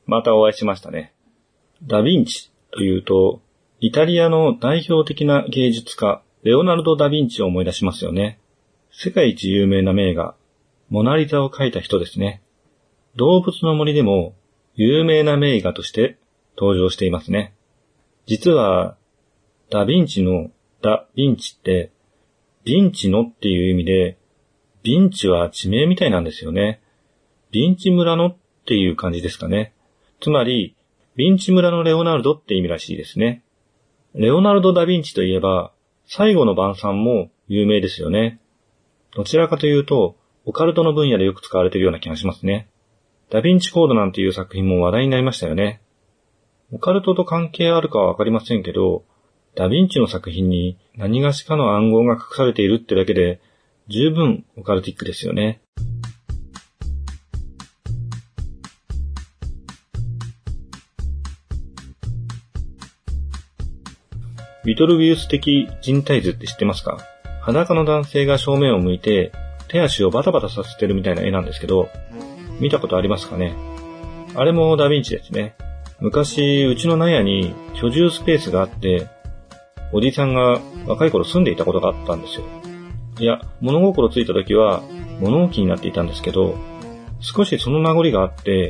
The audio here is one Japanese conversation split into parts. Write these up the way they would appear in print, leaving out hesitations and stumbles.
またお会いしましたね。ダヴィンチというと、イタリアの代表的な芸術家、レオナルド・ダ・ヴィンチを思い出しますよね。世界一有名な名画、モナリザを描いた人ですね。動物の森でも有名な名画として登場していますね。実は、ダ・ヴィンチのダ・ヴィンチって、ヴィンチのっていう意味で、ヴィンチは地名みたいなんですよね。ヴィンチ村のっていう感じですかね。つまり、ヴィンチ村のレオナルドって意味らしいですね。レオナルド・ダ・ヴィンチといえば、最後の晩餐も有名ですよね。どちらかというと、オカルトの分野でよく使われているような気がしますね。ダ・ヴィンチコードなんていう作品も話題になりましたよね。オカルトと関係あるかはわかりませんけど、ダ・ヴィンチの作品に何がしかの暗号が隠されているってだけで、十分オカルティックですよね。ビトルビウス的人体図って知ってますか？裸の男性が正面を向いて手足をバタバタさせてるみたいな絵なんですけど、見たことありますかね？あれもダヴィンチですね。昔、うちの納屋に居住スペースがあって、おじさんが若い頃住んでいたことがあったんですよ。いや、物心ついた時は物置になっていたんですけど、少しその名残があって、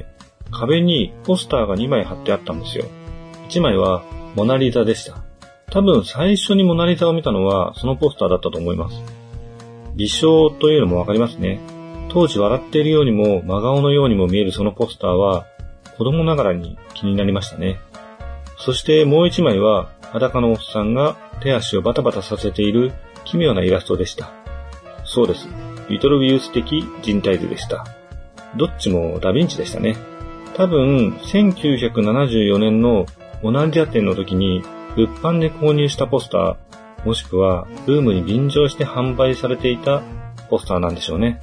壁にポスターが2枚貼ってあったんですよ。1枚はモナリザでした。多分最初にモナリザを見たのはそのポスターだったと思います。微笑というのもわかりますね。当時笑っているようにも真顔のようにも見えるそのポスターは子供ながらに気になりましたね。そしてもう1枚は裸のおっさんが手足をバタバタさせている奇妙なイラストでした。そうです。ビトルビウス的人体図でした。どっちもダヴィンチでしたね。多分1974年のモナリザ展の時に物販で購入したポスター、もしくはルームに便乗して販売されていたポスターなんでしょうね。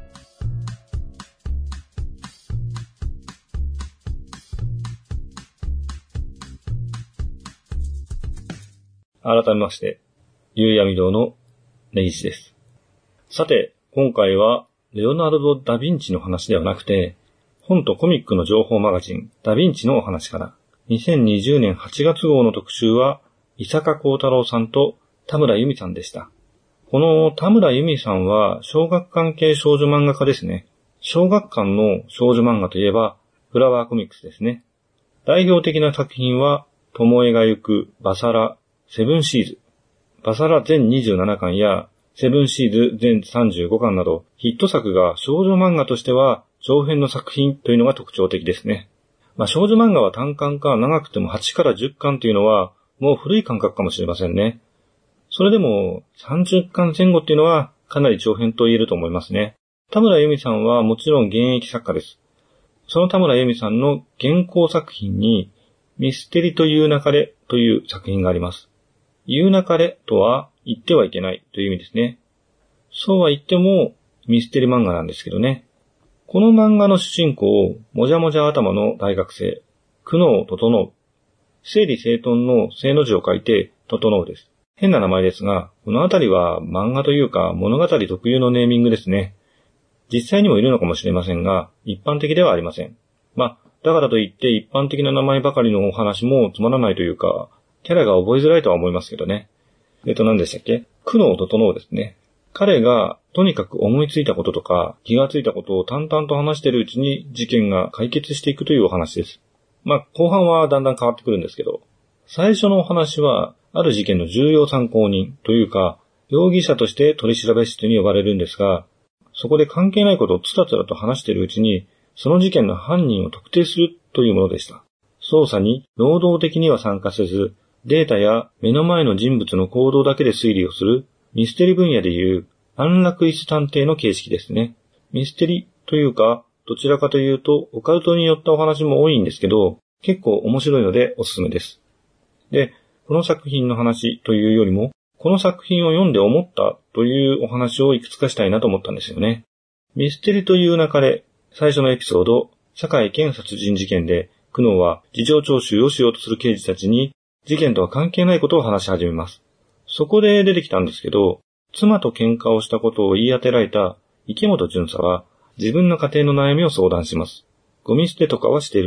改めまして、夕闇堂の根岸です。さて、今回はレオナルド・ダ・ヴィンチの話ではなくて、本とコミックの情報マガジンダ・ヴィンチのお話から、2020年8月号の特集は、伊坂幸太郎さんと田村由美さんでした。この田村由美さんは小学館系少女漫画家ですね。小学館の少女漫画といえば、フラワーコミックスですね。代表的な作品は、巴が行くバサラ、セブンシーズ。バサラ全27巻や、セブンシーズ全35巻など、ヒット作が少女漫画としては長編の作品というのが特徴的ですね。少女漫画は単巻か長くても8から10巻というのはもう古い感覚かもしれませんね。それでも30巻前後っていうのはかなり長編と言えると思いますね。田村由美さんはもちろん現役作家です。その田村由美さんの原稿作品にミステリという流れという作品があります。言う流れとは言ってはいけないという意味ですね。そうは言ってもミステリ漫画なんですけどね。この漫画の主人公、もじゃもじゃ頭の大学生、久能整。整理整頓の整の字を書いて、整です。変な名前ですが、このあたりは漫画というか物語特有のネーミングですね。実際にもいるのかもしれませんが、一般的ではありません。だからといって一般的な名前ばかりのお話もつまらないというか、キャラが覚えづらいとは思いますけどね。何でしたっけ？久能整ですね。彼がとにかく思いついたこととか気がついたことを淡々と話しているうちに事件が解決していくというお話です。後半はだんだん変わってくるんですけど、最初のお話はある事件の重要参考人というか、容疑者として取り調べ室に呼ばれるんですが、そこで関係ないことをつらつらと話しているうちに、その事件の犯人を特定するというものでした。捜査に能動的には参加せず、データや目の前の人物の行動だけで推理をするミステリ分野でいう安楽椅子探偵の形式ですね。ミステリというか、どちらかというとオカルトによったお話も多いんですけど、結構面白いのでおすすめです。で、この作品の話というよりも、この作品を読んで思ったというお話をいくつかしたいなと思ったんですよね。ミステリという流れ、最初のエピソード、堺兼殺人事件で、久能は事情聴取をしようとする刑事たちに、事件とは関係ないことを話し始めます。そこで出てきたんですけど、妻と喧嘩をしたことを言い当てられた池本巡査は、自分の家庭の悩みを相談します。ゴミ捨てとかはしてる。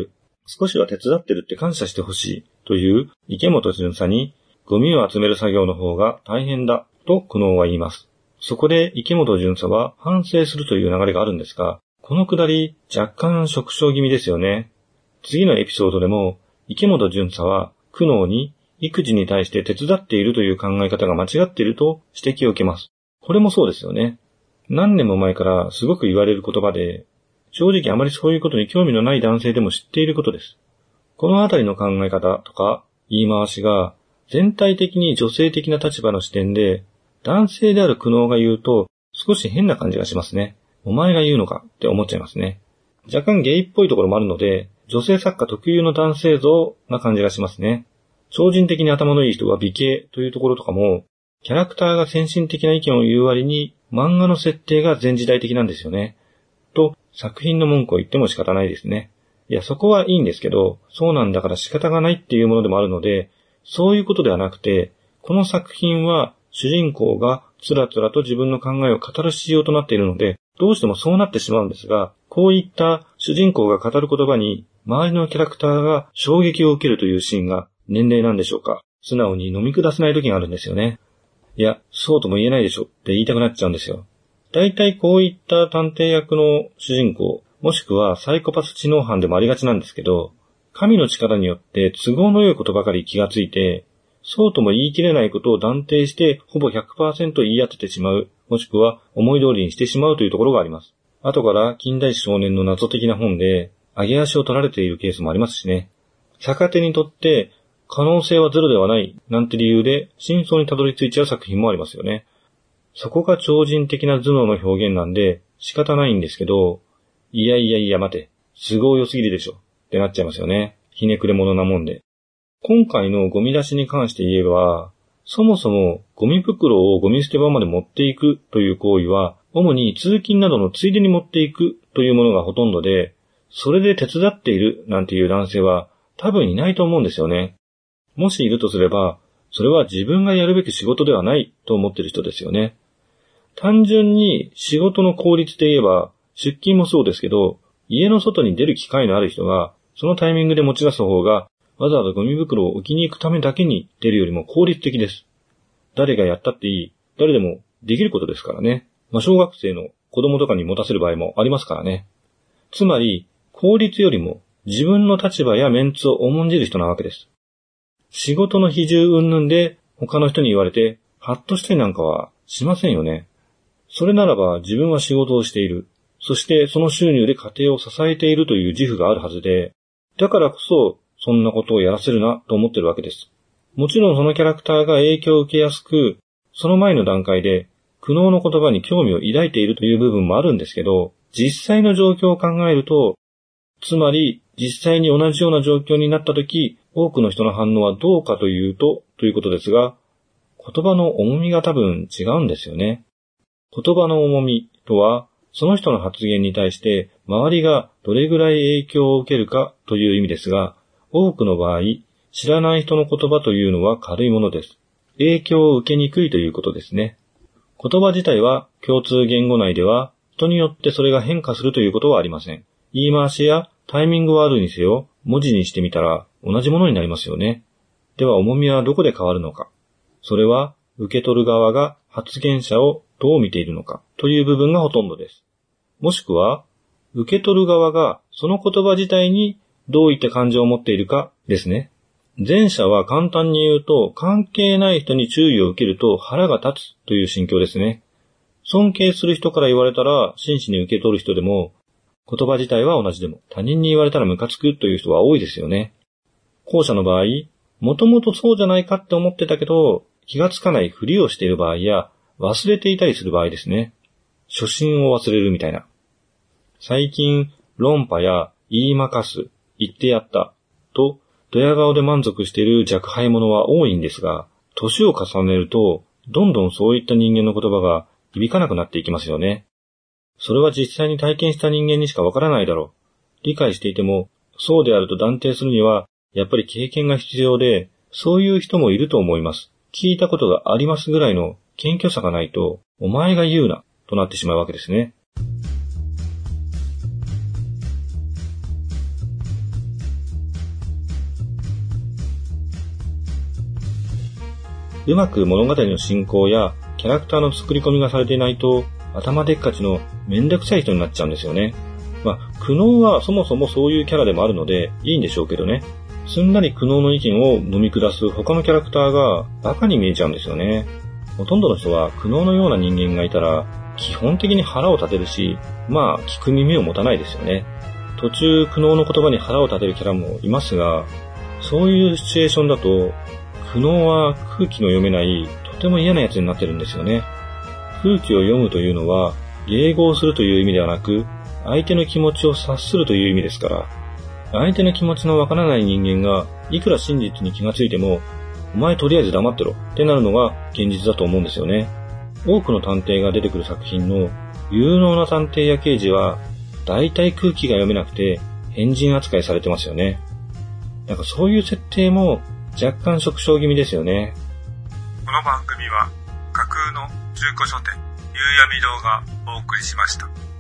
少しは手伝ってるって感謝してほしいという池本巡査にゴミを集める作業の方が大変だと久能は言います。そこで池本巡査は反省するという流れがあるんですが、このくだり若干縮小気味ですよね。次のエピソードでも池本巡査は久能に育児に対して手伝っているという考え方が間違っていると指摘を受けます。これもそうですよね。何年も前からすごく言われる言葉で、正直あまりそういうことに興味のない男性でも知っていることです。このあたりの考え方とか言い回しが全体的に女性的な立場の視点で、男性である久能が言うと少し変な感じがしますね。お前が言うのかって思っちゃいますね。若干ゲイっぽいところもあるので、女性作家特有の男性像な感じがしますね。超人的に頭のいい人は美形というところとかも、キャラクターが先進的な意見を言う割に漫画の設定が前時代的なんですよね。と作品の文句を言っても仕方ないですね。いやそこはいいんですけど、そうなんだから仕方がないっていうものでもあるので、そういうことではなくて、この作品は主人公がつらつらと自分の考えを語る仕様となっているので、どうしてもそうなってしまうんですが、こういった主人公が語る言葉に周りのキャラクターが衝撃を受けるというシーンが年齢なんでしょうか。素直に飲み下せない時があるんですよね。いや、そうとも言えないでしょって言いたくなっちゃうんですよ。大体こういった探偵役の主人公、もしくはサイコパス知能犯でもありがちなんですけど、神の力によって都合の良いことばかり気がついて、そうとも言い切れないことを断定してほぼ 100% 言い当ててしまう、もしくは思い通りにしてしまうというところがあります。後から近代史少年の謎的な本で上げ足を取られているケースもありますしね。逆手にとって可能性はゼロではないなんて理由で真相にたどり着いちゃう作品もありますよね。そこが超人的な頭脳の表現なんで仕方ないんですけど、いや待て、都合良すぎるでしょってなっちゃいますよね。ひねくれ者なもんで。今回のゴミ出しに関して言えば、そもそもゴミ袋をゴミ捨て場まで持っていくという行為は、主に通勤などのついでに持っていくというものがほとんどで、それで手伝っているなんていう男性は多分いないと思うんですよね。もしいるとすれば、それは自分がやるべき仕事ではないと思っている人ですよね。単純に仕事の効率で言えば、出勤もそうですけど、家の外に出る機会のある人が、そのタイミングで持ち出す方が、わざわざゴミ袋を置きに行くためだけに出るよりも効率的です。誰がやったっていい、誰でもできることですからね。小学生の子供とかに持たせる場合もありますからね。つまり、効率よりも自分の立場やメンツを重んじる人なわけです。仕事の比重云々で他の人に言われて、ハッとしたりなんかはしませんよね。それならば自分は仕事をしている。そしてその収入で家庭を支えているという自負があるはずで、だからこそそんなことをやらせるなと思ってるわけです。もちろんそのキャラクターが影響を受けやすく、その前の段階で苦悩の言葉に興味を抱いているという部分もあるんですけど、実際の状況を考えると、つまり実際に同じような状況になったとき、多くの人の反応はどうかというと、ということですが、言葉の重みが多分違うんですよね。言葉の重みとは、その人の発言に対して周りがどれぐらい影響を受けるかという意味ですが、多くの場合、知らない人の言葉というのは軽いものです。影響を受けにくいということですね。言葉自体は共通言語内では人によってそれが変化するということはありません。言い回しやタイミングはあるにせよ、文字にしてみたら同じものになりますよね。では重みはどこで変わるのか。それは受け取る側が発言者をどう見ているのかという部分がほとんどです。もしくは、受け取る側がその言葉自体にどういった感情を持っているかですね。前者は簡単に言うと、関係ない人に注意を受けると腹が立つという心境ですね。尊敬する人から言われたら真摯に受け取る人でも、言葉自体は同じでも他人に言われたらムカつくという人は多いですよね。後者の場合、もともとそうじゃないかって思ってたけど、気がつかないふりをしている場合や、忘れていたりする場合ですね。初心を忘れるみたいな。最近、論破や言いまかす、言ってやった、と、ドヤ顔で満足している若輩者は多いんですが、年を重ねると、どんどんそういった人間の言葉が響かなくなっていきますよね。それは実際に体験した人間にしかわからないだろう。理解していても、そうであると断定するには、やっぱり経験が必要で、そういう人もいると思います。聞いたことがありますぐらいの謙虚さがないと、お前が言うな、となってしまうわけですね。 うまく物語の進行やキャラクターの作り込みがされていないと、頭でっかちのめんどくさい人になっちゃうんですよね。苦悩はそもそもそういうキャラでもあるのでいいんでしょうけどね。すんなり苦悩の意見を飲み下す他のキャラクターがバカに見えちゃうんですよね。ほとんどの人は苦悩のような人間がいたら基本的に腹を立てるし、聞く耳を持たないですよね。途中苦悩の言葉に腹を立てるキャラもいますが、そういうシチュエーションだと苦悩は空気の読めないとても嫌なやつになってるんですよね。空気を読むというのは迎合するという意味ではなく、相手の気持ちを察するという意味ですから、相手の気持ちのわからない人間がいくら真実に気がついても、お前とりあえず黙ってろってなるのが現実だと思うんですよね。多くの探偵が出てくる作品の有能な探偵や刑事は大体空気が読めなくて変人扱いされてますよね。そういう設定も若干縮小気味ですよね。 この番組は架空の中古書店夕闇堂がお送りしました。